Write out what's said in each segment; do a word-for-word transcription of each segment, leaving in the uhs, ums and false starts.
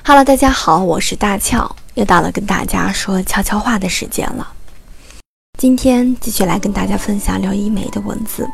Hello， 大家好，我是大俏，又到了跟大家说悄悄话的时间了。今天继续来跟大家分享廖一梅的文字。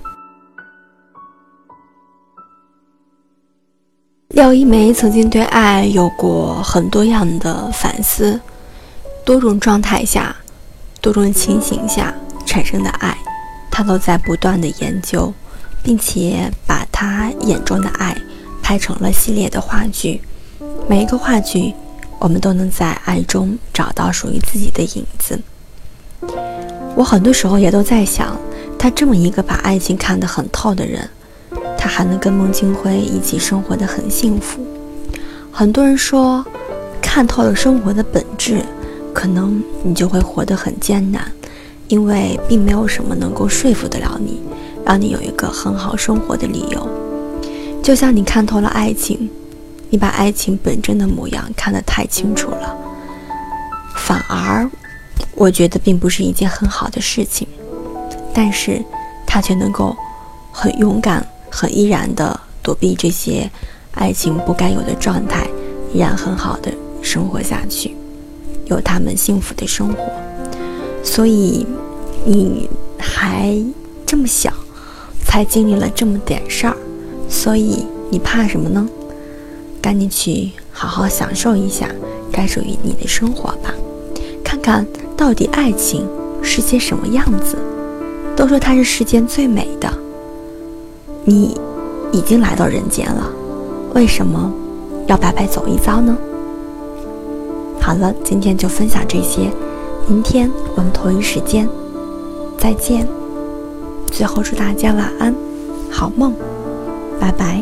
廖一梅曾经对爱有过很多样的反思，多种状态下、多种情形下产生的爱，她都在不断的研究，并且把她眼中的爱拍成了系列的话剧。每一个话剧，我们都能在爱中找到属于自己的影子。我很多时候也都在想，他这么一个把爱情看得很透的人，他还能跟孟京辉一起生活得很幸福。很多人说，看透了生活的本质，可能你就会活得很艰难，因为并没有什么能够说服得了你，让你有一个很好生活的理由。就像你看透了爱情，你把爱情本真的模样看得太清楚了，反而我觉得并不是一件很好的事情，但是他却能够很勇敢很毅然地躲避这些爱情不该有的状态，依然很好的生活下去，有他们幸福的生活。所以你还这么小，才经历了这么点事儿，所以你怕什么呢？赶紧去好好享受一下该属于你的生活吧，看看到底爱情是些什么样子。都说它是世间最美的，你已经来到人间了，为什么要白白走一遭呢？好了，今天就分享这些，明天我们同一时间再见。最后祝大家晚安，好梦，拜拜。